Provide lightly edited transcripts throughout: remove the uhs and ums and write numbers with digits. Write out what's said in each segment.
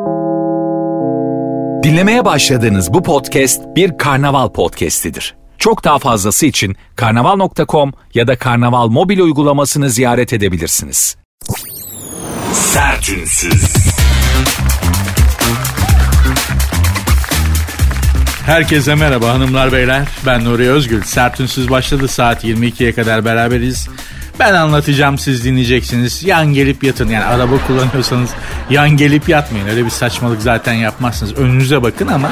Dinlemeye başladığınız bu podcast bir Karnaval podcastidir. Çok daha fazlası için karnaval.com ya da Karnaval mobil uygulamasını ziyaret edebilirsiniz. Sertünsüz. Herkese merhaba hanımlar beyler. Ben Nuri Özgül. Sertünsüz başladı. Saat 22'ye kadar beraberiz. Ben anlatacağım, siz dinleyeceksiniz. Yan gelip yatın. Yani araba kullanıyorsanız yan gelip yatmayın. Öyle bir saçmalık zaten yapmazsınız. Önünüze bakın ama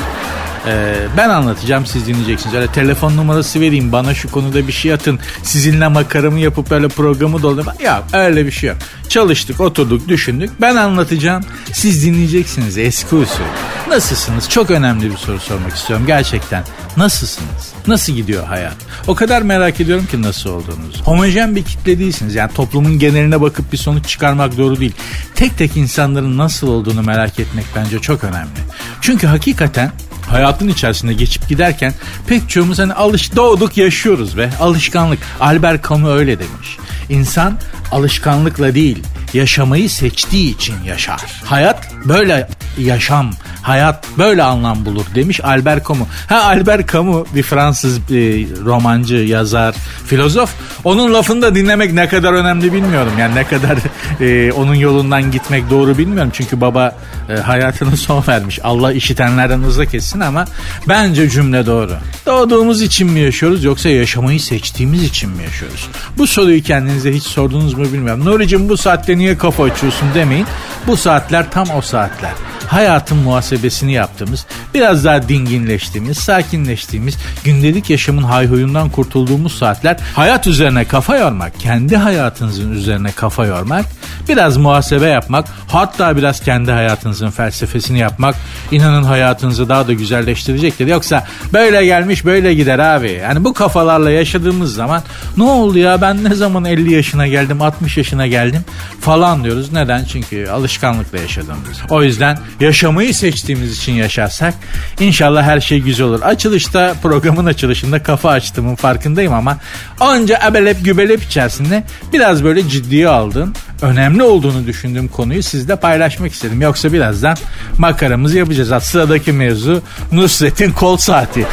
ben anlatacağım, siz dinleyeceksiniz. Öyle telefon numarası vereyim, bana şu konuda bir şey atın, sizinle makaramı yapıp öyle programı doldurmak. Ya öyle bir şey yok. Çalıştık, oturduk, düşündük. Ben anlatacağım, siz dinleyeceksiniz. Eski usul. Nasılsınız? Çok önemli bir soru sormak istiyorum gerçekten. Nasılsınız? Nasıl gidiyor hayat? O kadar merak ediyorum ki nasıl olduğunuzu. Homojen bir kitle değilsiniz. Yani toplumun geneline bakıp bir sonuç çıkarmak doğru değil. Tek tek insanların nasıl olduğunu merak etmek bence çok önemli. Çünkü hakikaten hayatın içerisinde geçip giderken pek çoğumuz hani doğduk yaşıyoruz ve alışkanlık. Albert Camus öyle demiş. İnsan alışkanlıkla değil, yaşamayı seçtiği için yaşar. Hayat böyle yaşam, hayat böyle anlam bulur demiş Albert Camus. Albert Camus bir Fransız romancı, yazar, filozof. Onun lafını da dinlemek ne kadar önemli bilmiyorum. Yani ne kadar onun yolundan gitmek doğru bilmiyorum. Çünkü baba hayatını son vermiş. Allah işitenlerden uzak etsin ama bence cümle doğru. Doğduğumuz için mi yaşıyoruz yoksa yaşamayı seçtiğimiz için mi yaşıyoruz? Bu soruyu kendinize hiç sordunuz mu bilmiyorum. Nuri'cim bu saatte niye kafa açıyorsun demeyin. Bu saatler tam o saatler. Hayatın muhasebesini yaptığımız, biraz daha dinginleştiğimiz, sakinleştiğimiz, gündelik yaşamın hayhuyundan kurtulduğumuz saatler. Hayat üzerine kafa yormak, kendi hayatınızın üzerine kafa yormak, biraz muhasebe yapmak, hatta biraz kendi hayatınızın felsefesini yapmak, inanın hayatınızı daha da güzelleştirecektir. Yoksa böyle gelmiş böyle gider abi. Yani bu kafalarla yaşadığımız zaman ne oldu ya, ben ne zaman 50 yaşına geldim, 60 yaşına geldim falan diyoruz. Neden? Çünkü alışkanlıkla yaşadığımız. O yüzden yaşamayı seçtiğimiz için yaşarsak inşallah her şey güzel olur. Programın açılışında kafa açtığımın farkındayım ama onca ebelep gübelep içerisinde biraz böyle ciddiye aldığım, önemli olduğunu düşündüğüm konuyu sizle paylaşmak istedim. Yoksa birazdan makaramızı yapacağız. Sıradaki mevzu Nusret'in kol saati.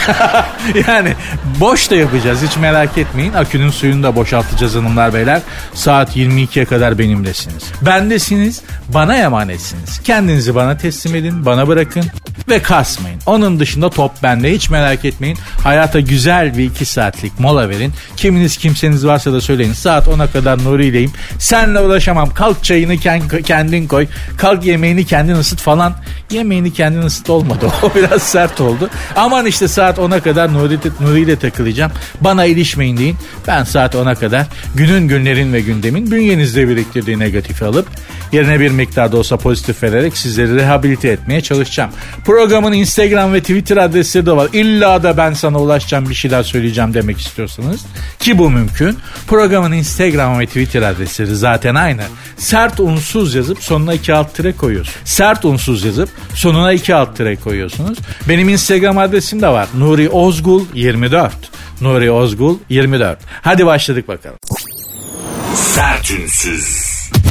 Yani boş da yapacağız, hiç merak etmeyin. Akünün suyunu da boşaltacağız hanımlar beyler. Saat 22'ye kadar benimlesiniz. Bendesiniz, bana emanetsiniz. Kendinizi bana teslim edin, bana bırakın ve kasmayın. Onun dışında top bende, hiç merak etmeyin. Hayata güzel bir 2 saatlik mola verin. Kiminiz kimseniz varsa da söyleyin. Saat 10'a kadar Nuri'yleyim. Senle uğraşamam. Kalk çayını kendin koy. Kalk yemeğini kendin ısıt falan. Yemeğini kendin ısıt olmadı. O biraz sert oldu. Aman işte saat 10'a kadar Nuri'yle takılacağım. Bana ilişmeyin deyin. Ben saat 10'a kadar günlerin ve gündemin bünyenizde biriktirdiği negatifi alıp yerine bir miktar da olsa pozitif vererek sizleri rehabilite etmeye çalışacağım. Programın Instagram ve Twitter adresleri de var. İlla da ben sana ulaşacağım, bir şeyler söyleyeceğim demek istiyorsanız ki bu mümkün. Programın Instagram ve Twitter adresleri zaten aynı. Sert unsuz yazıp sonuna 2 alt tire koyuyorsunuz. Sert unsuz yazıp sonuna 2 alt tire koyuyorsunuz. Benim Instagram adresim de var. Nuri Ozgul 24. Nuri Ozgul 24. Hadi başladık bakalım. Sertünsüz.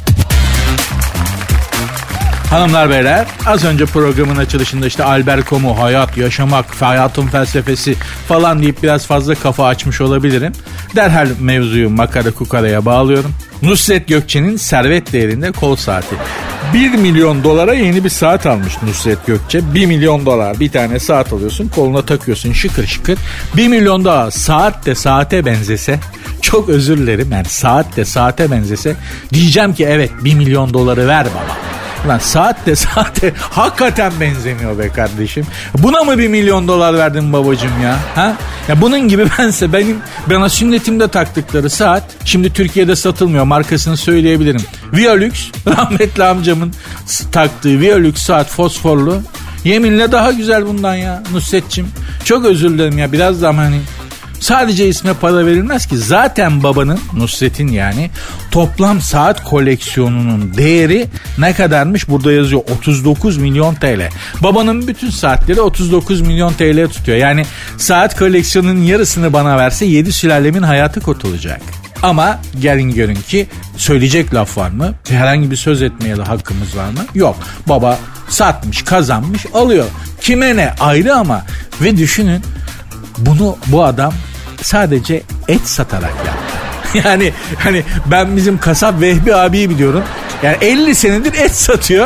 Hanımlar beyler, az önce programın açılışında işte Albert Camus, hayat, yaşamak, hayatın felsefesi falan deyip biraz fazla kafa açmış olabilirim. Derhal mevzuyu makara kukaraya bağlıyorum. Nusret Gökçe'nin servet değerinde kol saati. 1 milyon dolara yeni bir saat almış Nusret Gökçe. 1 milyon dolar bir tane saat alıyorsun, koluna takıyorsun şıkır şıkır. 1 milyon dolar saat de saate benzese, çok özür dilerim yani, saat de saate benzese diyeceğim ki evet 1 milyon doları ver baba. Lan saat de saate hakikaten benzemiyor be kardeşim. Buna mı 1 milyon dolar verdin babacığım ya? Ha? Ya bunun gibi bana sünnetimde taktıkları saat şimdi Türkiye'de satılmıyor. Markasını söyleyebilirim. Violux, rahmetli amcamın taktığı Violux saat fosforlu. Yeminle daha güzel bundan ya Nusret'cim. Çok özür dilerim ya, biraz da ama hani sadece isme para verilmez ki. Zaten babanın, Nusret'in yani toplam saat koleksiyonunun değeri ne kadarmış? Burada yazıyor 39 milyon TL. Babanın bütün saatleri 39 milyon TL tutuyor. Yani saat koleksiyonunun yarısını bana verse 7 sülalemin hayatı kurtulacak. Ama gelin görün ki söyleyecek laf var mı? Herhangi bir söz etmeye de hakkımız var mı? Yok. Baba Satmış, kazanmış, alıyor. Kime ne ayrı ama ve düşünün bunu bu adam sadece et satarak yaptı. Yani hani ben bizim kasap Vehbi abiyi biliyorum. Yani 50 senedir et satıyor.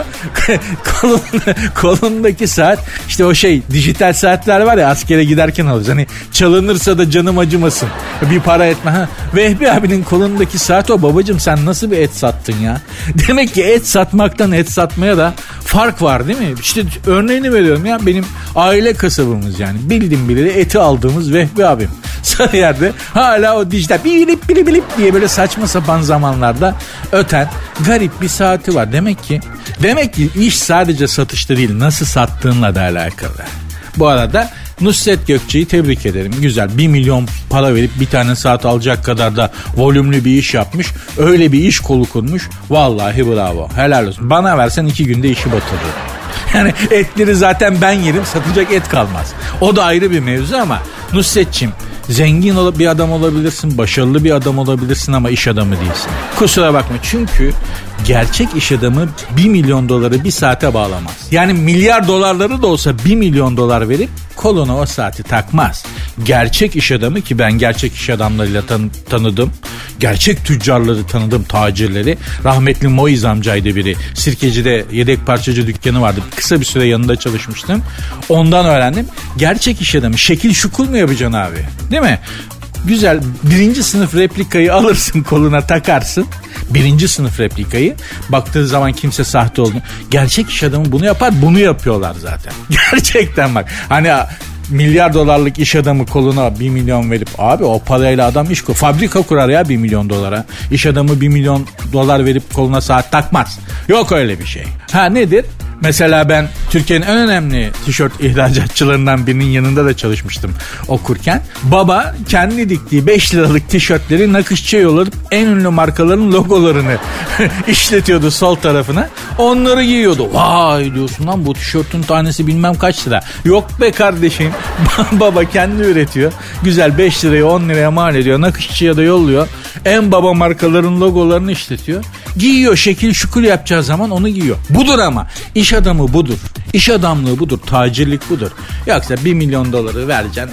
Kolundaki saat işte o dijital saatler var ya, askere giderken alırız. Hani çalınırsa da canım acımasın. Bir para etme. Vehbi abinin kolundaki saat o. Babacığım sen nasıl bir et sattın ya? Demek ki et satmaktan et satmaya da fark var değil mi? İşte örneğini veriyorum ya, benim aile kasabımız yani. Bildim bileli eti aldığımız Vehbi abim. Sarıyer'de hala o dijital bilip diye böyle saçma sapan zamanlarda öten garip bir saati var. Demek ki iş sadece satışta değil, nasıl sattığınla da alakalı. Bu arada Nusret Gökçe'yi tebrik ederim. Güzel, 1 milyon para verip bir tane saat alacak kadar da volümlü bir iş yapmış. Öyle bir iş kolu kurmuş. Vallahi bravo. Helal olsun. Bana versen 2 günde işi batırır. Yani etleri zaten ben yerim, satacak et kalmaz. O da ayrı bir mevzu ama Nusret'ciğim, zengin bir adam olabilirsin, başarılı bir adam olabilirsin ama iş adamı değilsin. Kusura bakma, çünkü gerçek iş adamı 1 milyon doları bir saate bağlamaz. Yani milyar dolarları da olsa 1 milyon dolar verip koluna o saati takmaz. Gerçek iş adamı, ki ben gerçek iş adamlarıyla tanıdım. Gerçek tüccarları tanıdım, tacirleri. Rahmetli Moiz amcaydı biri. Sirkeci'de yedek parçacı dükkanı vardı. Kısa bir süre yanında çalışmıştım. Ondan öğrendim. Gerçek iş adamı şekil şukul mu yapacaksın abi? Değil mi? Güzel 1. sınıf replikayı alırsın, koluna takarsın. 1. sınıf replikayı. Baktığı zaman kimse sahte olduğunu. Gerçek iş adamı bunu yapar. Bunu yapıyorlar zaten. Gerçekten bak. Hani milyar dolarlık iş adamı koluna 1 milyon verip, abi o parayla adam fabrika kurar ya 1 milyon dolara. İş adamı 1 milyon dolar verip koluna saat takmaz. Yok öyle bir şey. Nedir? Mesela ben Türkiye'nin en önemli tişört ihracatçılarından birinin yanında da çalışmıştım okurken. Baba kendi diktiği 5 liralık tişörtleri nakışçıya yollayıp en ünlü markaların logolarını işletiyordu sol tarafına. Onları giyiyordu. Vay diyorsun lan, bu tişörtün tanesi bilmem kaç lira. Yok be kardeşim. Baba kendi üretiyor. Güzel 5 liraya 10 liraya mal ediyor. Nakışçıya da yolluyor. En baba markaların logolarını işletiyor. Giyiyor, şekil şukul yapacağı zaman onu giyiyor. Budur ama. İş adamı budur. İş adamlığı budur. Tacirlik budur. Yoksa 1 milyon doları vereceksin.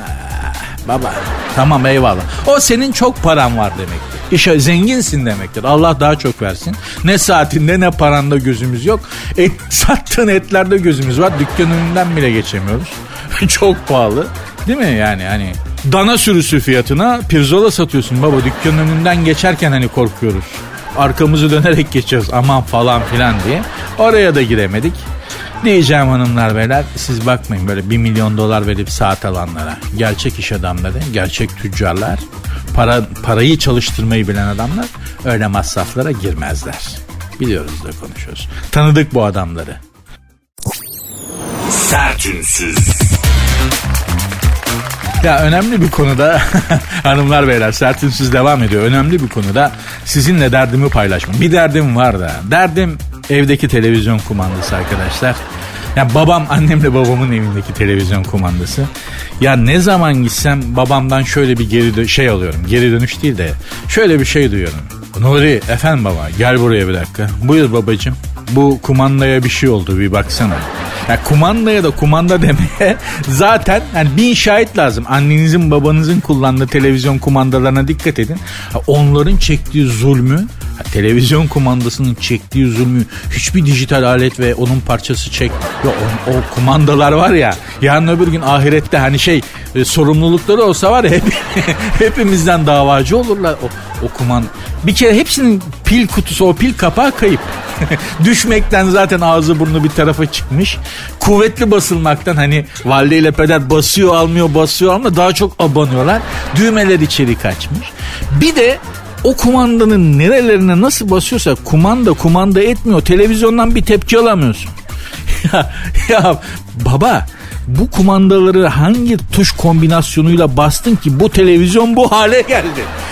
Baba tamam eyvallah. O senin çok paran var demektir. Zenginsin demektir. Allah daha çok versin. Ne saatinde ne paranda gözümüz yok. Sattığın etlerde gözümüz var. Dükkan önünden bile geçemiyoruz. Çok pahalı. Değil mi yani hani dana sürüsü fiyatına pirzola satıyorsun baba. Dükkanın önünden geçerken hani korkuyoruz. Arkamızı dönerek geçiyoruz aman falan filan diye. Oraya da giremedik. Diyeceğim hanımlar beyler, siz bakmayın böyle 1 milyon dolar verip saat alanlara. Gerçek iş adamları, gerçek tüccarlar, parayı çalıştırmayı bilen adamlar öyle masraflara girmezler. Biliyoruz da konuşuyoruz. Tanıdık bu adamları. Sertünsüz. Ya önemli bir konuda hanımlar beyler, sertünsüz devam ediyor. Önemli bir konuda sizinle derdimi paylaşmam. Bir derdim var da. Derdim evdeki televizyon kumandası arkadaşlar. Ya annemle babamın evindeki televizyon kumandası. Ya ne zaman gitsem babamdan şöyle bir alıyorum. Geri dönüş değil de şöyle bir şey duyuyorum. Nuri, efendim baba, gel buraya bir dakika. Buyur babacığım. Bu kumandaya bir şey oldu, bir baksana. Ya kumandaya da kumanda demeye zaten yani 1000 şahit lazım. Annenizin babanızın kullandığı televizyon kumandalarına dikkat edin. Onların çektiği zulmü, televizyon kumandasının çektiği zulmü hiçbir dijital alet ve onun parçası o kumandalar var ya, yarın öbür gün ahirette hani sorumlulukları olsa var ya hepimizden davacı olurlar o kumanda. Bir kere hepsinin pil kutusu, o pil kapağı kayıp. Düşmekten zaten ağzı burnu bir tarafa çıkmış. Kuvvetli basılmaktan hani valideyle peder basıyor almıyor daha çok abanıyorlar. Düğmeler içeri kaçmış. Bir de o kumandanın nerelerine nasıl basıyorsa kumanda etmiyor. Televizyondan bir tepki alamıyorsun. ya baba, bu kumandaları hangi tuş kombinasyonuyla bastın ki bu televizyon bu hale geldi?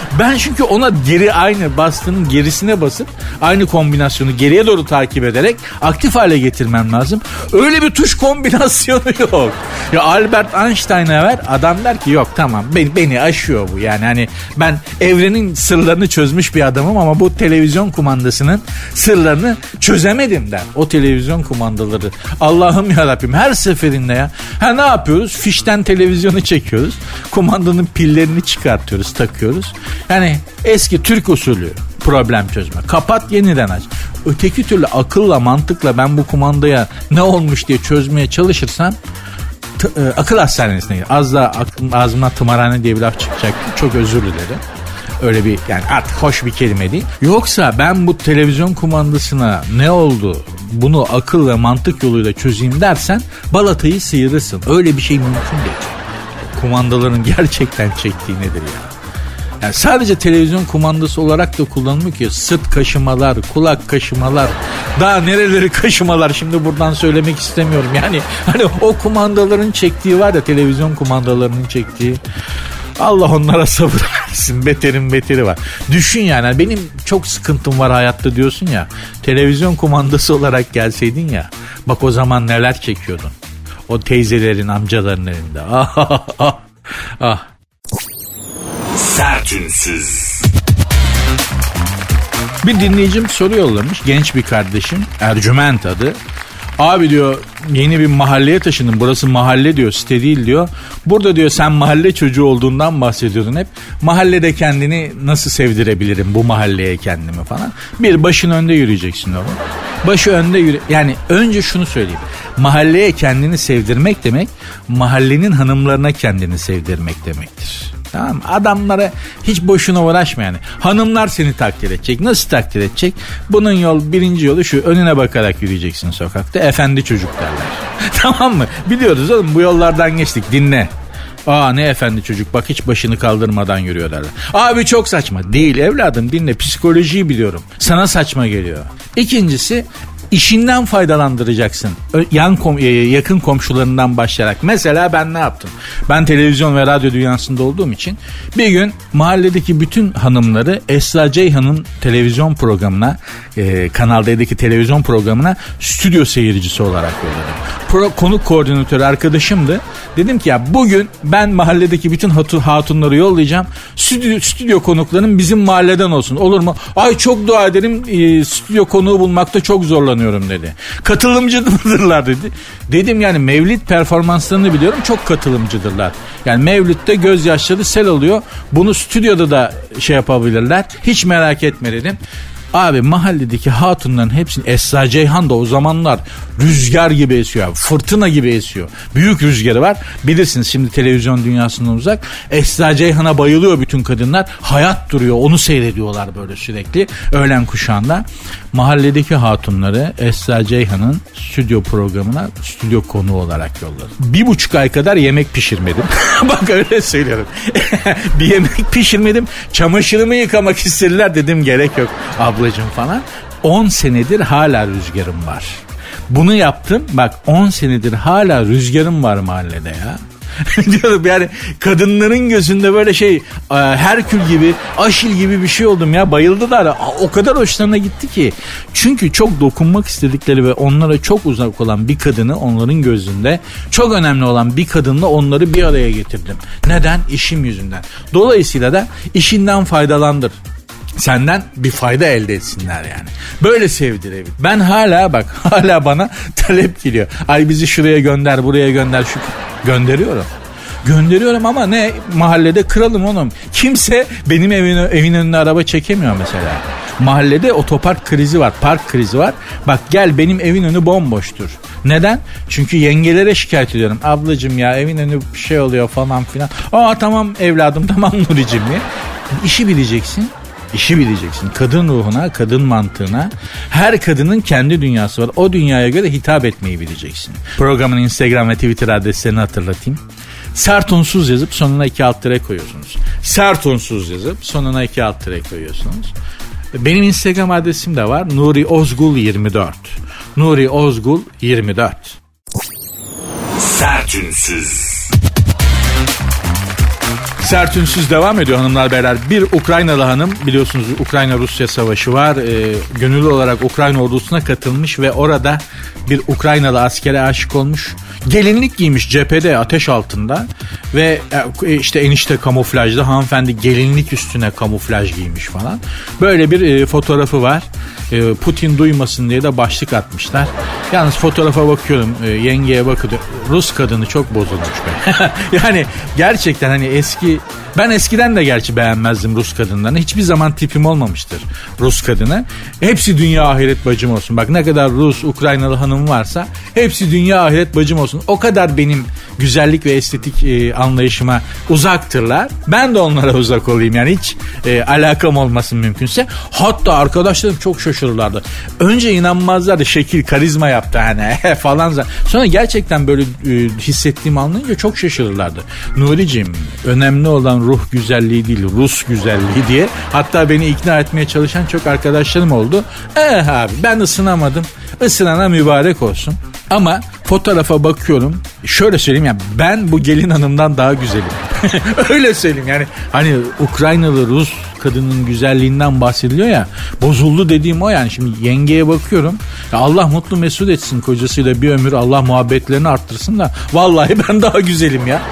Ben çünkü ona geri aynı bastığının gerisine basıp aynı kombinasyonu geriye doğru takip ederek aktif hale getirmem lazım. Öyle bir tuş kombinasyonu yok. Ya Albert Einstein'a ver, adam der ki yok tamam beni aşıyor bu. Yani hani ben evrenin sırlarını çözmüş bir adamım ama bu televizyon kumandasının sırlarını çözemedim der. O televizyon kumandaları Allah'ım yarabbim her seferinde ya. Ha ne yapıyoruz? Fişten televizyonu çekiyoruz. Kumandanın pillerini çıkartıyoruz, takıyoruz. Yani eski Türk usulü problem çözme. Kapat yeniden aç. Öteki türlü akılla mantıkla ben bu kumandaya ne olmuş diye çözmeye çalışırsam akıl hastanesine gider. Az da ağzımdan tımarhane diye bir laf çıkacaktı. Çok özür dilerim. Öyle bir yani artık hoş bir kelime değil. Yoksa ben bu televizyon kumandasına ne oldu bunu akıl ve mantık yoluyla çözeyim dersen balatayı sıyırırsın. Öyle bir şey mümkün değil. Kumandaların gerçekten çektiği nedir ya? Yani sadece televizyon kumandası olarak da kullanılmıyor ki. Sırt kaşımalar, kulak kaşımalar, daha nereleri kaşımalar şimdi buradan söylemek istemiyorum. Yani hani o kumandaların çektiği var ya, televizyon kumandalarının çektiği. Allah onlara sabır versin. Beterin beteri var. Düşün yani benim çok sıkıntım var hayatta diyorsun ya. Televizyon kumandası olarak gelseydin ya. Bak o zaman neler çekiyordun. O teyzelerin, amcaların elinde. Ah. Sertünsüz. Bir dinleyicim soru yollamış. Genç bir kardeşim. Ercüment adı. Abi diyor yeni bir mahalleye taşındım. Burası mahalle diyor, site değil diyor. Burada diyor sen mahalle çocuğu olduğundan bahsediyordun hep. Mahallede kendini nasıl sevdirebilirim bu mahalleye kendimi falan. Bir başın önde yürüyeceksin oğlum. Başı önde yürü. Yani önce şunu söyleyeyim. Mahalleye kendini sevdirmek demek mahallenin hanımlarına kendini sevdirmek demektir. Tamam mı? Adamlara hiç boşuna uğraşma yani. Hanımlar seni takdir edecek. Nasıl takdir edecek? Bunun birinci yolu şu: önüne bakarak yürüyeceksin sokakta. Efendi çocuk derler. Tamam mı? Biliyoruz oğlum, bu yollardan geçtik. Dinle. Aa ne efendi çocuk, bak hiç başını kaldırmadan yürüyor derler. Abi çok saçma. Değil evladım, dinle, psikolojiyi biliyorum. Sana saçma geliyor. İkincisi, İşinden faydalandıracaksın. Yakın komşularından başlayarak. Mesela ben ne yaptım? Ben televizyon ve radyo dünyasında olduğum için bir gün mahalledeki bütün hanımları Esra Ceyhan'ın televizyon programına, Kanal D'deki televizyon programına stüdyo seyircisi olarak yolladım. Konuk koordinatörü arkadaşımdı. Dedim ki ya bugün ben mahalledeki bütün hatunları yollayacağım. Stüdyo konuklarım bizim mahalleden olsun. Olur mu? Ay çok dua ederim, stüdyo konuğu bulmakta çok zorlanıyorum dedi. Katılımcıdırlar dedi. Dedim yani Mevlid performanslarını biliyorum, çok katılımcıdırlar. Yani Mevlid'de gözyaşları sel alıyor. Bunu stüdyoda da şey yapabilirler. Hiç merak etme dedim. Abi mahalledeki hatunların hepsini, Esra Ceyhan da o zamanlar rüzgar gibi esiyor. Fırtına gibi esiyor. Büyük rüzgarı var. Bilirsiniz şimdi televizyon dünyasından uzak. Esra Ceyhan'a bayılıyor bütün kadınlar. Hayat duruyor. Onu seyrediyorlar böyle sürekli. Öğlen kuşağında. Mahalledeki hatunları Esra Ceyhan'ın stüdyo programına stüdyo konuğu olarak yolladım. 1,5 ay kadar yemek pişirmedim. Bak öyle söylüyorum. Bir yemek pişirmedim. Çamaşırımı yıkamak istediler, dedim gerek yok ablacığım falan. 10 senedir hala rüzgarım var. Bunu yaptım. Bak 10 senedir hala rüzgarım var mahallede ya. Diyorum yani kadınların gözünde böyle Herkül gibi, Aşil gibi bir şey oldum ya, bayıldılar. O kadar hoşlarına gitti ki. Çünkü çok dokunmak istedikleri ve onlara çok uzak olan bir kadını, onların gözünde çok önemli olan bir kadınla onları bir araya getirdim. Neden? İşim yüzünden. Dolayısıyla da işinden faydalandır. Senden bir fayda elde etsinler yani. Böyle sevdirebilir. Ben hala bana talep geliyor. Ay bizi şuraya gönder, buraya gönder. Gönderiyorum ama ne, mahallede kralım oğlum. Kimse benim evin önüne araba çekemiyor mesela. Mahallede otopark krizi var, park krizi var. Bak gel, benim evin önü bomboştur. Neden? Çünkü yengelere şikayet ediyorum. Ablacığım ya evin önü bir şey oluyor falan filan. Aa tamam evladım, tamam Nuri'cim diye. İşi bileceksin. Kadın ruhuna, kadın mantığına, her kadının kendi dünyası var. O dünyaya göre hitap etmeyi bileceksin. Programın Instagram ve Twitter adreslerini hatırlatayım. Sertonsuz yazıp sonuna 2 alt tire koyuyorsunuz. Sertonsuz yazıp sonuna 2 alt tire koyuyorsunuz. Benim Instagram adresim de var. Nuri Ozgul 24. Nuri Ozgul 24. Sertünsüz. Sert Ünsüz devam ediyor hanımlar beyler. Bir Ukraynalı hanım, biliyorsunuz Ukrayna-Rusya savaşı var. Gönüllü olarak Ukrayna ordusuna katılmış ve orada bir Ukraynalı askere aşık olmuş. Gelinlik giymiş cephede ateş altında ve işte enişte kamuflajlı, hanımefendi gelinlik üstüne kamuflaj giymiş falan. Böyle bir fotoğrafı var. Putin duymasın diye de başlık atmışlar. Yalnız fotoğrafa bakıyorum, yengeye bakıyorum. Rus kadını çok bozulmuş be. Yani gerçekten hani ben eskiden de gerçi beğenmezdim Rus kadınlarını. Hiçbir zaman tipim olmamıştır Rus kadını. Hepsi dünya ahiret bacım olsun. Bak ne kadar Rus, Ukraynalı hanım varsa hepsi dünya ahiret bacım olsun. O kadar benim güzellik ve estetik anlayışıma uzaktırlar. Ben de onlara uzak olayım yani hiç alakam olmasın mümkünse. Hatta arkadaşlarım çok şaşırırlardı. Önce inanmazlardı, şekil karizma yaptı hani falan. Sonra gerçekten böyle hissettiğimi anlayınca çok şaşırırlardı. Nuri'cim, önemli olan ruh güzelliği değil, Rus güzelliği diye. Hatta beni ikna etmeye çalışan çok arkadaşlarım oldu. Abi ben ısınamadım. Isınana mübarek olsun. Ama fotoğrafa bakıyorum. Şöyle söyleyeyim ya, ben bu gelin hanımdan daha güzelim. Öyle söyleyeyim yani. Hani Ukraynalı Rus kadının güzelliğinden bahsediliyor ya. Bozuldu dediğim o yani. Şimdi yengeye bakıyorum. Ya Allah mutlu mesut etsin kocasıyla bir ömür. Allah muhabbetlerini arttırsın da. Vallahi ben daha güzelim ya.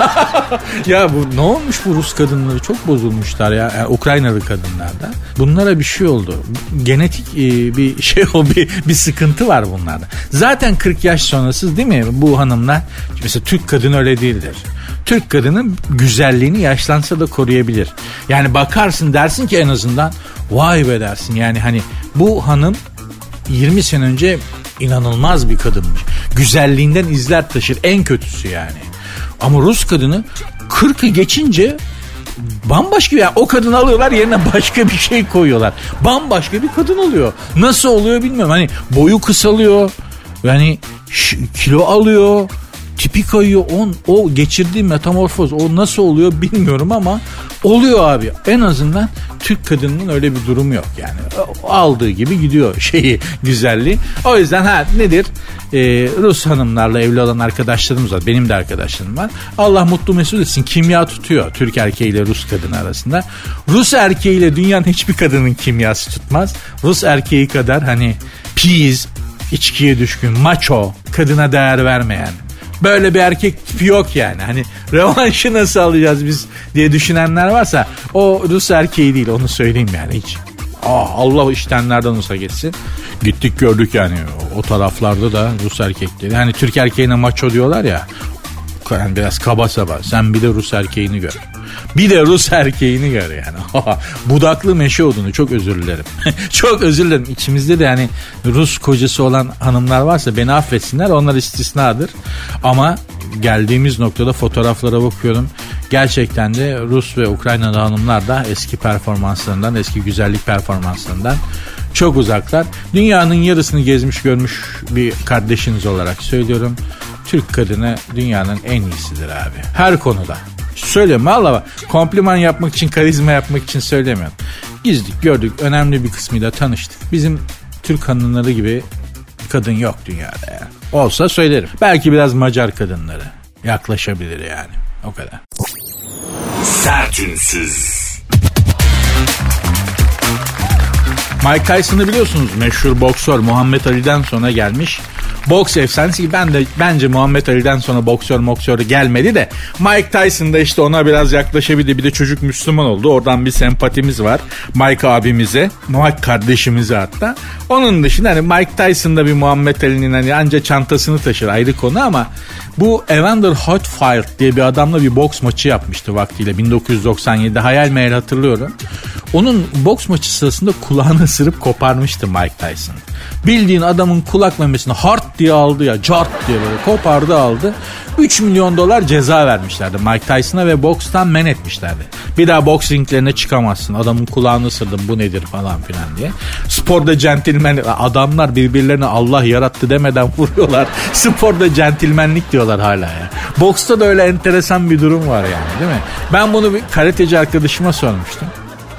Ya bu ne olmuş bu Rus kadınları? Çok bozulmuşlar ya. Yani Ukraynalı kadınlarda. Bunlara bir şey oldu. Genetik bir şey bir sıkıntı var bunlarda. Zaten 40 yaş sonrası değil mi bu hanımlar? Mesela Türk kadını öyle değildir. Türk kadının güzelliğini yaşlansa da koruyabilir. Yani bakarsın dersin ki en azından vay be dersin. Yani hani bu hanım 20 sene önce inanılmaz bir kadınmış. Güzelliğinden izler taşır, en kötüsü yani. Ama Rus kadını 40'ı geçince bambaşka ya, o kadını alıyorlar yerine başka bir şey koyuyorlar. Bambaşka bir kadın oluyor. Nasıl oluyor bilmiyorum. Hani boyu kısalıyor. Yani kilo alıyor. Tipi kayıyor. O geçirdiği metamorfoz o nasıl oluyor bilmiyorum ama oluyor abi. En azından Türk kadının öyle bir durumu yok yani. Aldığı gibi gidiyor güzelliği. O yüzden nedir? Rus hanımlarla evli olan arkadaşlarımız var. Benim de arkadaşlarım var. Allah mutlu mesut etsin. Kimya tutuyor Türk erkeğiyle Rus kadını arasında. Rus erkeğiyle dünyanın hiçbir kadının kimyası tutmaz. Rus erkeği kadar hani piz, içkiye düşkün, macho, kadına değer vermeyen. Böyle bir erkek tipi yok yani. Hani revanşı nasıl alacağız biz diye düşünenler varsa o Rus erkeği değil, onu söyleyeyim yani hiç. Allah iştenlerden olsa geçsin. Gittik gördük yani o taraflarda da Rus erkekleri. Hani Türk erkeğine maço diyorlar ya. Yani biraz kaba saba. Sen bir de Rus erkeğini gör. Bir de Rus erkeğini gör yani. Budaklı meşe odunu, çok özür dilerim. Çok özür dilerim. İçimizde de yani Rus kocası olan hanımlar varsa beni affetsinler. Onlar istisnadır. Ama geldiğimiz noktada fotoğraflara bakıyorum. Gerçekten de Rus ve Ukraynalı hanımlar da eski performanslarından, eski güzellik performanslarından çok uzaklar. Dünyanın yarısını gezmiş görmüş bir kardeşiniz olarak söylüyorum. Türk kadını dünyanın en iyisidir abi. Her konuda. Söylüyorum valla bak. Kompliman yapmak için, karizma yapmak için söylemiyorum. Gizlik gördük. Önemli bir kısmıyla tanıştık. Bizim Türk hanımları gibi kadın yok dünyada yani. Olsa söylerim. Belki biraz Macar kadınları yaklaşabilir yani. O kadar. Sertünsüz. Mike Tyson'ı biliyorsunuz, meşhur boksör, Muhammed Ali'den sonra gelmiş boks efsanesi. Bence Muhammed Ali'den sonra boksör gelmedi de Mike Tyson da işte ona biraz yaklaşabildi. Bir de çocuk Müslüman oldu. Oradan bir sempatimiz var Mike abimize, Mike kardeşimize hatta. Onun dışında hani Mike Tyson da bir Muhammed Ali'nin hani anca çantasını taşır, ayrı konu, ama bu Evander Holyfield diye bir adamla bir boks maçı yapmıştı vaktiyle 1997'de, hayal meyil hatırlıyorum. Onun boks maçı sırasında kulağını ısırıp koparmıştı Mike Tyson. Bildiğin adamın kulak memesini hard diye aldı ya, cart diye böyle kopardı aldı. $3 milyon ceza vermişlerdi Mike Tyson'a ve bokstan men etmişlerdi. Bir daha boks ringlerine çıkamazsın, adamın kulağını ısırdım, bu nedir falan filan diye. Sporda centilmen, adamlar birbirlerine Allah yarattı demeden vuruyorlar. Sporda centilmenlik diyorlar hala ya. Boksta da öyle enteresan bir durum var yani, değil mi? Ben bunu bir karateci arkadaşıma sormuştum.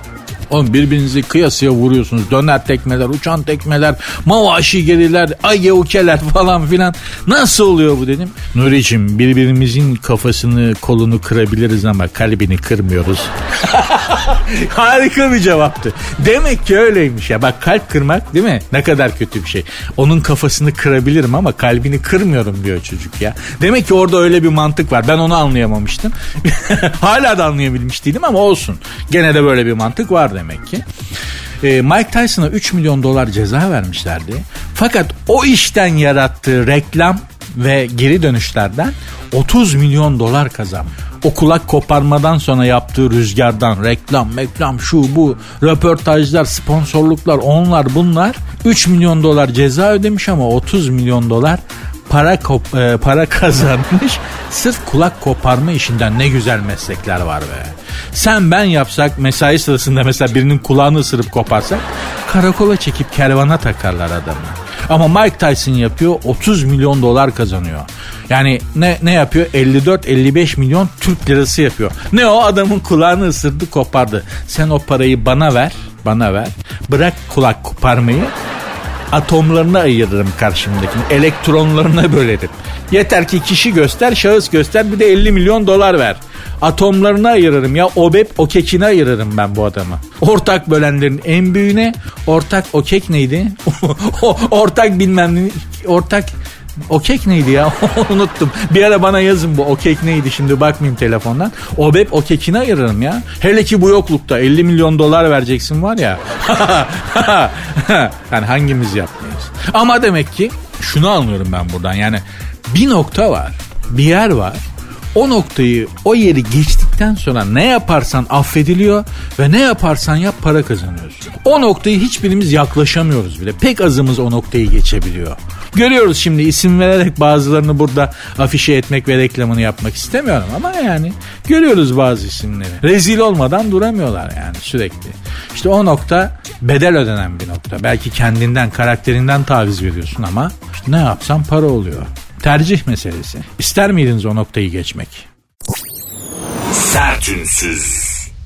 Oğlum birbirinizi kıyasıya vuruyorsunuz. Döner tekmeler, uçan tekmeler, mavaşi geriler, ayeukeler falan filan. Nasıl oluyor bu dedim. Nuri'cim birbirimizin kafasını kolunu kırabiliriz ama kalbini kırmıyoruz. Harika bir cevaptı. Demek ki öyleymiş ya. Bak kalp kırmak değil mi? Ne kadar kötü bir şey. Onun kafasını kırabilirim ama kalbini kırmıyorum diyor çocuk ya. Demek ki orada öyle bir mantık var. Ben onu anlayamamıştım. Hala da anlayabilmiş değilim ama olsun. Gene de böyle bir mantık var demek ki. Mike Tyson'a 3 milyon dolar ceza vermişlerdi. Fakat o işten yarattığı reklam ve geri dönüşlerden 30 milyon dolar kazanmış. O kulak koparmadan sonra yaptığı rüzgardan reklam şu bu röportajlar, sponsorluklar, onlar bunlar 3 milyon dolar ceza ödemiş ama 30 milyon dolar para kazanmış. Sırf kulak koparma işinden. Ne güzel meslekler var be. Sen ben yapsak mesai sırasında mesela birinin kulağını ısırıp koparsak karakola çekip kervana takarlar adamı. Ama Mike Tyson yapıyor, 30 milyon dolar kazanıyor. Yani ne yapıyor? 54-55 milyon Türk lirası yapıyor. Ne o? Adamın kulağını ısırdı, kopardı. Sen o parayı bana ver. Bırak kulak koparmayı. Atomlarına ayırırım karşımdakini. Elektronlarına bölerim. Yeter ki kişi göster, şahıs göster, bir de 50 milyon dolar ver. Atomlarına ayırırım ya. Okekine ayırırım ben bu adamı. Ortak bölenlerin en büyüğüne. Ortak okek neydi? Ortak bilmem ne. Okek neydi ya? Unuttum. Bir ara bana yazın bu okek neydi, şimdi bakmayayım telefondan. Okekine ayırırım ya. Hele ki bu yoklukta 50 milyon dolar vereceksin var ya. Yani hangimiz yapmayız? Ama demek ki şunu anlıyorum ben buradan. Yani bir nokta var. Bir yer var. O yeri geçtikten sonra ne yaparsan affediliyor ve ne yaparsan yap para kazanıyorsun. O noktayı hiçbirimiz yaklaşamıyoruz bile. Pek azımız o noktayı geçebiliyor. Görüyoruz şimdi, isim vererek bazılarını burada afişe etmek ve reklamını yapmak istemiyorum ama yani görüyoruz bazı isimleri. Rezil olmadan duramıyorlar yani sürekli. İşte o nokta bedel ödenen bir nokta. Belki kendinden, karakterinden taviz veriyorsun ama işte ne yapsan para oluyor. Tercih meselesi. İster miydiniz o noktayı geçmek? Sertünsüz.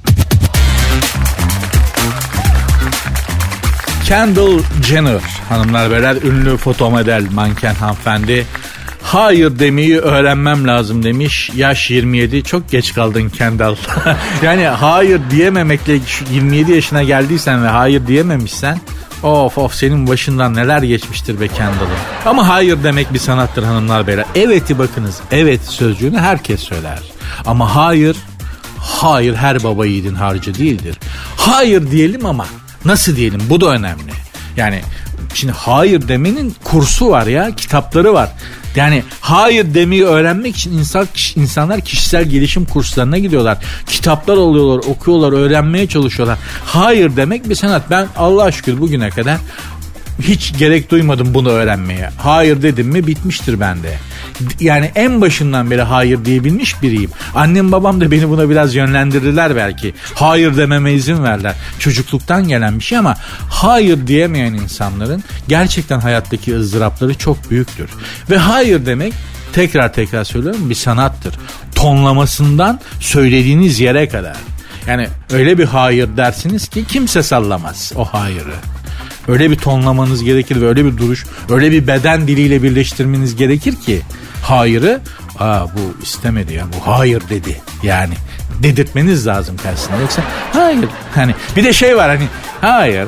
Kendall Jenner hanımlar beyler, ünlü fotomodel, manken hanımefendi, hayır demeyi öğrenmem lazım demiş. Yaş 27, çok geç kaldın Kendall. Yani hayır diyememekle 27 yaşına geldiysen ve hayır diyememişsen of senin başından neler geçmiştir be Kendall'ım. Ama hayır demek bir sanattır hanımlar beyler. Evet'i bakınız, evet sözcüğünü herkes söyler. Ama hayır her baba yiğidin harcı değildir. Hayır diyelim ama nasıl diyelim, bu da önemli. Yani şimdi hayır demenin kursu var ya, kitapları var. Yani hayır demeyi öğrenmek için insanlar kişisel gelişim kurslarına gidiyorlar. Kitaplar alıyorlar, okuyorlar, öğrenmeye çalışıyorlar. Hayır demek bir sanat. Ben Allah'a şükür bugüne kadar hiç gerek duymadım bunu öğrenmeye. Hayır dedim mi bitmiştir bende. Yani en başından beri hayır diyebilmiş biriyim. Annem babam da beni buna biraz yönlendirdiler belki. Hayır dememe izin verdiler. Çocukluktan gelen bir şey ama hayır diyemeyen insanların gerçekten hayattaki ızdırapları çok büyüktür. Ve hayır demek, tekrar söylüyorum, bir sanattır. Tonlamasından söylediğiniz yere kadar. Yani öyle bir hayır dersiniz ki kimse sallamaz o hayırı. Öyle bir tonlamanız gerekir ve öyle bir duruş, öyle bir beden diliyle birleştirmeniz gerekir ki hayırı, bu istemedi ya, bu hayır dedi yani dedirtmeniz lazım karşısına. Yoksa hayır, hani bir de şey var, hani hayır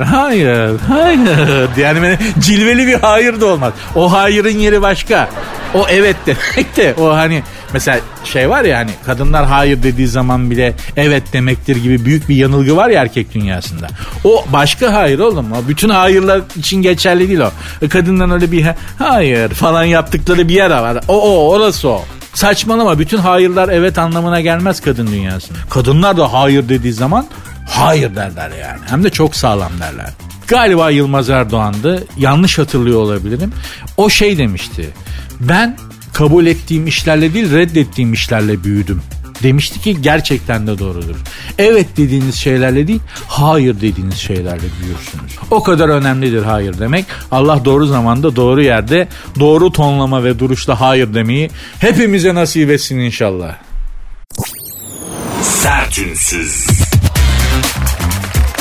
yani cilveli bir hayır da olmaz. O hayırın yeri başka. O evet demek de o, hani mesela şey var ya, hani kadınlar hayır dediği zaman bile evet demektir gibi büyük bir yanılgı var ya erkek dünyasında. O başka hayır oğlum. O bütün hayırlar için geçerli değil o. Kadınların öyle bir hayır falan yaptıkları bir yer var. Orası o. Saçmalama, bütün hayırlar evet anlamına gelmez kadın dünyasında. Kadınlar da hayır dediği zaman hayır derler yani. Hem de çok sağlam derler. Galiba Yılmaz Erdoğan'dı. Yanlış hatırlıyor olabilirim. O şey demişti. Ben kabul ettiğim işlerle değil, reddettiğim işlerle büyüdüm demişti ki gerçekten de doğrudur. Evet dediğiniz şeylerle değil, hayır dediğiniz şeylerle büyürsünüz. O kadar önemlidir hayır demek. Allah doğru zamanda, doğru yerde, doğru tonlama ve duruşla hayır demeyi hepimize nasip etsin inşallah. Sertünsüz.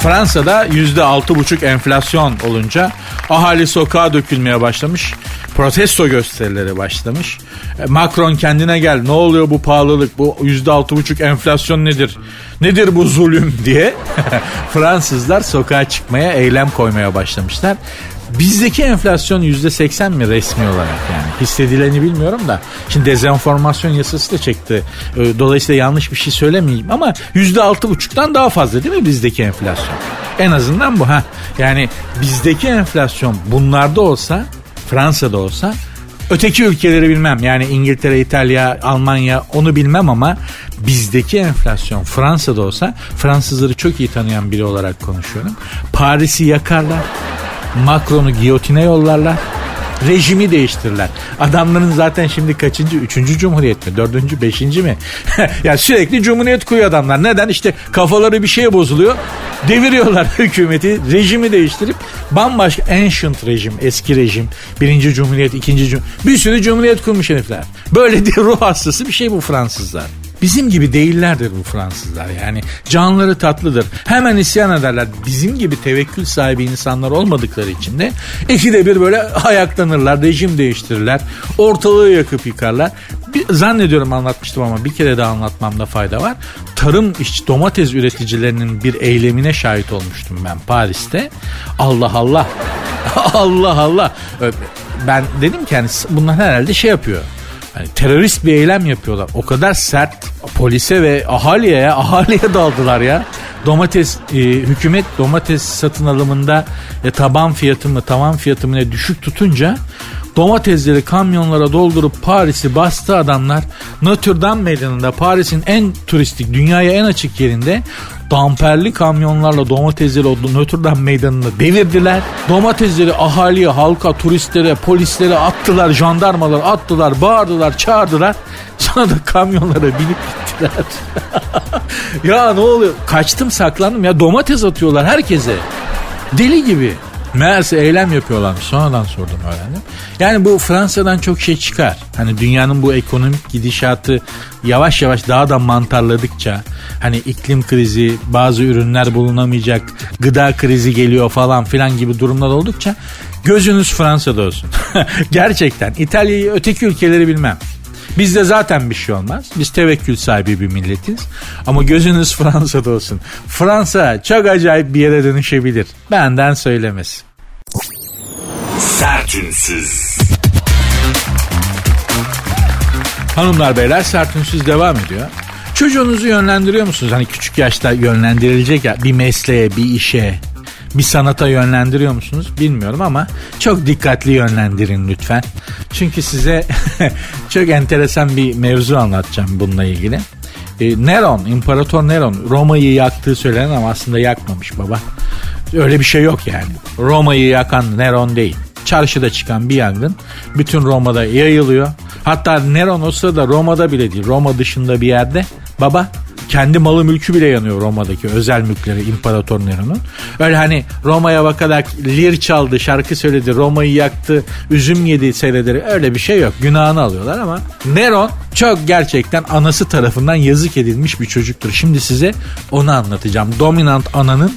Fransa'da %6,5 enflasyon olunca ahali sokağa dökülmeye başlamış. Protesto gösterileri başlamış. Macron kendine gel, ne oluyor bu pahalılık, bu %6,5 enflasyon nedir? Nedir bu zulüm diye Fransızlar sokağa çıkmaya, eylem koymaya başlamışlar. Bizdeki enflasyon %80 mi resmi olarak, yani hissedileni bilmiyorum da. Şimdi dezenformasyon yasası da çekti. Dolayısıyla yanlış bir şey söylemeyeyim ama %6,5'tan daha fazla değil mi bizdeki enflasyon? En azından bu. Yani bizdeki enflasyon bunlarda olsa, Fransa'da olsa, öteki ülkeleri bilmem. Yani İngiltere, İtalya, Almanya onu bilmem ama bizdeki enflasyon Fransa'da olsa, Fransızları çok iyi tanıyan biri olarak konuşuyorum. Paris'i yakarlar. Macron'u giyotine yollarlar. Rejimi değiştirirler. Adamların zaten şimdi kaçıncı? 3. Cumhuriyet mi? 4. 5. mi? Yani sürekli Cumhuriyet kuruyor adamlar. Neden? İşte kafaları bir şeye bozuluyor. Deviriyorlar hükümeti. Rejimi değiştirip bambaşka ancient rejim, eski rejim. 1. Cumhuriyet, 2. Cumhuriyet. Bir sürü Cumhuriyet kurmuş herifler. Böyle bir ruh hastası bir şey bu Fransızlar. Bizim gibi değillerdir bu Fransızlar, yani canları tatlıdır. Hemen isyan ederler. Bizim gibi tevekkül sahibi insanlar olmadıkları için de ikide bir böyle ayaklanırlar, rejim değiştirirler, ortalığı yakıp yıkarlar. Zannediyorum anlatmıştım ama bir kere daha anlatmamda fayda var. Tarım domates üreticilerinin bir eylemine şahit olmuştum ben Paris'te. Allah Allah. Allah Allah. Ben dedim ki yani bunlar herhalde şey yapıyor. Yani terörist bir eylem yapıyorlar. O kadar sert polise ve ahaliye daldılar ya. Hükümet domates satın alımında tavan fiyatı mı ne düşük tutunca domatesleri kamyonlara doldurup Paris'i bastı adamlar. Notre Dame meydanında, Paris'in en turistik, dünyaya en açık yerinde damperli kamyonlarla domatesleri Notre Dame meydanında devirdiler. Domatesleri ahaliye, halka, turistlere, polislere attılar, jandarmalar attılar, bağırdılar, çağırdılar. Sonra da kamyonlara binip gittiler. Ya ne oluyor? Kaçtım, saklandım ya, domates atıyorlar herkese. Deli gibi. Meğerse eylem yapıyorlarmış. Sonradan sordum, öğrendim. Yani bu Fransa'dan çok şey çıkar. Hani dünyanın bu ekonomik gidişatı yavaş yavaş daha da mantarladıkça, hani iklim krizi, bazı ürünler bulunamayacak, gıda krizi geliyor falan filan gibi durumlar oldukça gözünüz Fransa'da olsun. Gerçekten İtalya'yı, öteki ülkeleri bilmem. Bizde zaten bir şey olmaz. Biz tevekkül sahibi bir milletiz. Ama gözünüz Fransa'da olsun. Fransa çok acayip bir yere dönüşebilir. Benden söylemesi. Sertünsüz. Hanımlar beyler, Sertünsüz devam ediyor. Çocuğunuzu yönlendiriyor musunuz? Hani küçük yaşta yönlendirilecek ya, bir mesleğe, bir işe, bir sanata yönlendiriyor musunuz bilmiyorum ama çok dikkatli yönlendirin lütfen. Çünkü size çok enteresan bir mevzu anlatacağım bununla ilgili. Neron, İmparator Neron Roma'yı yaktığı söylenen ama aslında yakmamış baba. Öyle bir şey yok yani. Roma'yı yakan Neron değil. Çarşıda çıkan bir yangın bütün Roma'da yayılıyor. Hatta Neron o sırada Roma'da bile değil, Roma dışında bir yerde baba. Kendi malı mülkü bile yanıyor Roma'daki özel mülkleri İmparator Neron'un. Öyle hani Roma'ya bakarak lir çaldı, şarkı söyledi, Roma'yı yaktı, üzüm yedi seyrederek, öyle bir şey yok. Günahını alıyorlar ama Neron çok gerçekten anası tarafından yazık edilmiş bir çocuktur. Şimdi size onu anlatacağım. Dominant ananın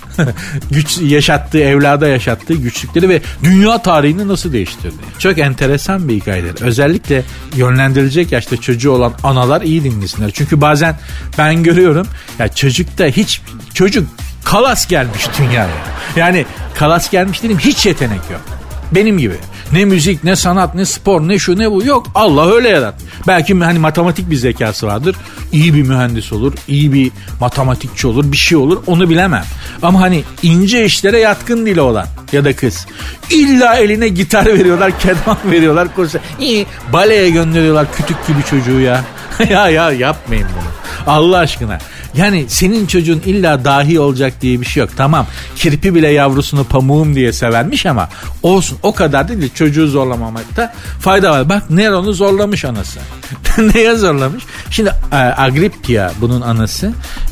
evlada yaşattığı güçlükleri ve dünya tarihini nasıl değiştirdi. Çok enteresan bir hikayedir. Özellikle yönlendirilecek yaşta çocuğu olan analar iyi dinlesinler. Çünkü bazen ben görüyorum ya, çocuk kalas gelmiş dünyaya. Yani kalas gelmiş dedim, hiç yetenek yok. Benim gibi. Ne müzik, ne sanat, ne spor, ne şu ne bu yok. Allah öyle yarat. Belki hani matematik bir zekası vardır. İyi bir mühendis olur, iyi bir matematikçi olur, bir şey olur, onu bilemem. Ama hani ince işlere yatkın dili olan ya da kız. İlla eline gitar veriyorlar, keman veriyorlar. Baleye gönderiyorlar kütük gibi çocuğu ya. ya yapmayın bunu. Allah aşkına. Yani senin çocuğun illa dahi olacak diye bir şey yok. Tamam, kirpi bile yavrusunu pamuğum diye severmiş ama olsun, o kadar değil. Çocuğu zorlamamakta fayda var. Bak, Neron'u zorlamış anası. Neye zorlamış? Şimdi Agrippia bunun anası.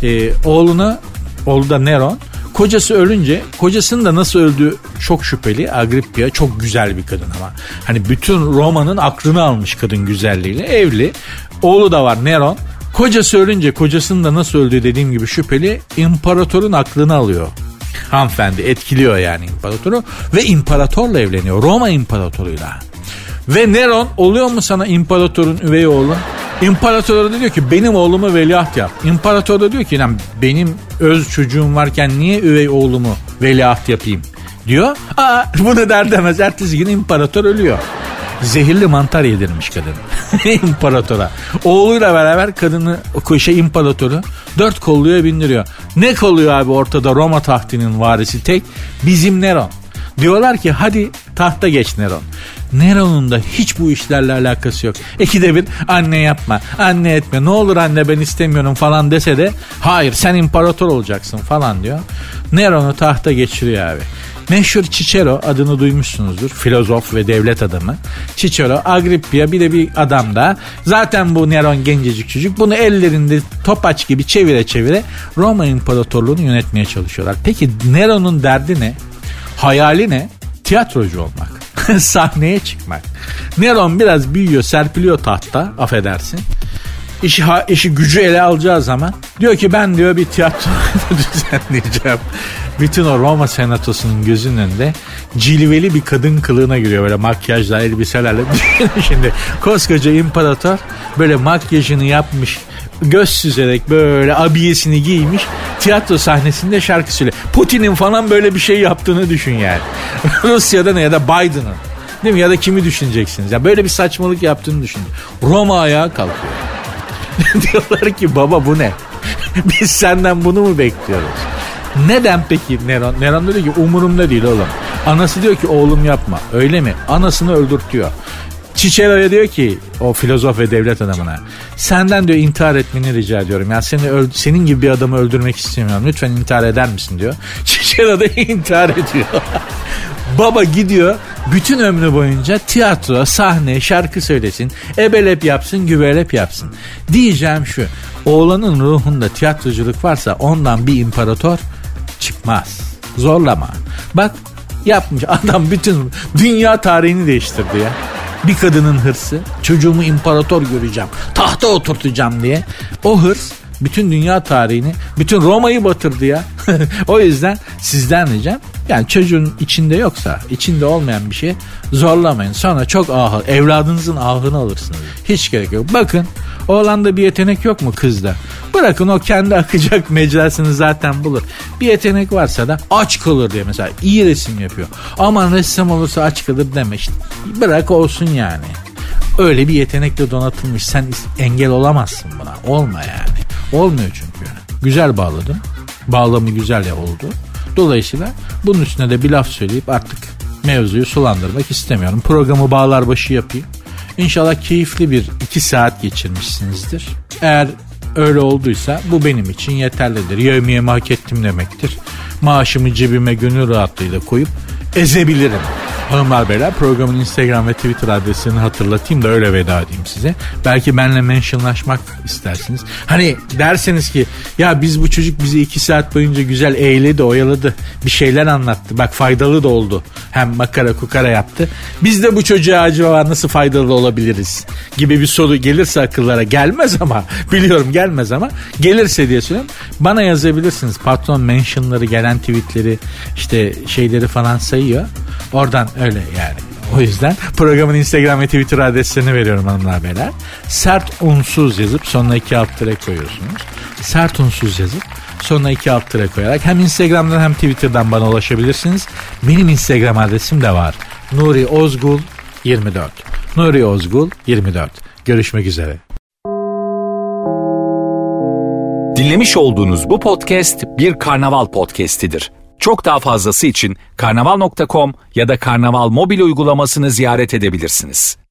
Oğlu da Neron. Kocası ölünce, kocasının da nasıl öldüğü çok şüpheli. Agrippia çok güzel bir kadın ama. Hani bütün Roma'nın aklını almış kadın güzelliğiyle. Evli. Oğlu da var, Neron. Kocası ölünce kocasının da nasıl öldüğü dediğim gibi şüpheli. İmparatorun aklını alıyor hanımefendi etkiliyor yani imparatoru ve imparatorla evleniyor. Roma imparatoruyla. Ve Neron oluyor mu sana imparatorun üvey oğlu? İmparator da diyor ki benim oğlumu veliaht yap. İmparator da diyor ki benim öz çocuğum varken niye üvey oğlumu veliaht yapayım diyor. Bunu der demez ertesi gün imparator ölüyor. Zehirli mantar yedirmiş kadın imparatora. Oğluyla beraber kadını imparatoru 4 kolluya bindiriyor. Ne kolluyor abi ortada Roma tahtının varisi tek? Bizim Neron. Diyorlar ki hadi tahta geç Neron. Neron'un da hiç bu işlerle alakası yok. İkide bir anne yapma, anne etme, ne olur anne ben istemiyorum falan dese de hayır sen imparator olacaksın falan diyor. Neron'u tahta geçiriyor abi. Meşhur Cicero adını duymuşsunuzdur. Filozof ve devlet adamı. Cicero, Agrippia bir de bir adam da. Zaten bu Neron gencecik çocuk. Bunu ellerinde topaç gibi çevire çevire Roma İmparatorluğunu yönetmeye çalışıyorlar. Peki Neron'un derdi ne? Hayali ne? Tiyatrocu olmak. Sahneye çıkmak. Neron biraz büyüyor, serpiliyor tahta, affedersin. İşi gücü ele alacağı zaman diyor ki ben diyor bir tiyatro düzenleyeceğim. Bütün o Roma senatosunun gözünün önünde cilveli bir kadın kılığına giriyor böyle makyajla, elbiselerle. Şimdi koskoca imparator böyle makyajını yapmış, göz süzerek böyle abiyesini giymiş, tiyatro sahnesinde şarkı söylüyor. Putin'in falan böyle bir şey yaptığını düşün yani. Rusya'da ne ya da Biden'ın. Değil mi? Ya da kimi düşüneceksiniz? Ya böyle bir saçmalık yaptığını düşün. Roma ayağa kalkıyor. Diyorlar ki baba bu ne? Biz senden bunu mu bekliyoruz? Neden peki Neron? Neron diyor ki umurumda değil oğlum. Anası diyor ki oğlum yapma. Öyle mi? Anasını öldürtüyor. Cicero'ya diyor ki o filozof ve devlet adamına senden diyor intihar etmeni rica ediyorum. Ya senin gibi bir adamı öldürmek istemiyorum. Lütfen intihar eder misin diyor. Cicero da intihar ediyor. Baba gidiyor bütün ömrü boyunca tiyatro, sahne, şarkı söylesin, ebelep yapsın, gübelep yapsın. Diyeceğim şu, oğlanın ruhunda tiyatroculuk varsa ondan bir imparator çıkmaz. Zorlama. Bak yapmış adam bütün dünya tarihini değiştirdi ya. Bir kadının hırsı, çocuğumu imparator göreceğim, tahta oturtacağım diye. O hırs bütün dünya tarihini, bütün Roma'yı batırdı ya. O yüzden sizden diyeceğim. Yani çocuğun içinde yoksa, içinde olmayan bir şey zorlamayın. Sonra çok evladınızın ahını alırsınız. Hiç gerek yok. Bakın oğlanda bir yetenek yok mu kızda? Bırakın o kendi akacak mecrasını zaten bulur. Bir yetenek varsa da aç kalır diye mesela iyi resim yapıyor. Aman ressam olursa aç kalır deme işte. Bırak olsun yani. Öyle bir yetenekle donatılmış. Sen engel olamazsın buna. Olma yani. Olmuyor çünkü. Güzel bağladın. Bağlamı güzel ya oldu. Dolayısıyla bunun üstüne de bir laf söyleyip artık mevzuyu sulandırmak istemiyorum. Programı bağlar başı yapayım. İnşallah keyifli bir 2 saat geçirmişsinizdir. Eğer öyle olduysa bu benim için yeterlidir. Yevmiyemi hak ettim demektir. Maaşımı cebime gönül rahatlığıyla koyup ezebilirim. Hanımlar beyler programın Instagram ve Twitter adresini hatırlatayım da öyle veda edeyim size. Belki benimle mentionlaşmak istersiniz. Hani derseniz ki ya biz bu çocuk bizi 2 saat boyunca güzel eğledi, oyaladı. Bir şeyler anlattı. Bak faydalı da oldu. Hem makara kukara yaptı. Biz de bu çocuğa acaba nasıl faydalı olabiliriz gibi bir soru gelirse akıllara, gelmez ama biliyorum gelmez ama gelirse diye söylüyorum. Bana yazabilirsiniz. Patron mentionları, gelen tweetleri, işte şeyleri falan sayıyor. Oradan öyle yani. O yüzden programın Instagram ve Twitter adreslerini veriyorum hanımlar beyler. Sert unsuz yazıp sonuna 2 alt tere koyuyorsunuz. Sert unsuz yazıp sonuna 2 alt tere koyarak hem Instagram'dan hem Twitter'dan bana ulaşabilirsiniz. Benim Instagram adresim de var. Nuri Ozgul 24. Nuri Ozgul 24. Görüşmek üzere. Dinlemiş olduğunuz bu podcast bir Karnaval podcastidir. Çok daha fazlası için karnaval.com ya da Karnaval mobil uygulamasını ziyaret edebilirsiniz.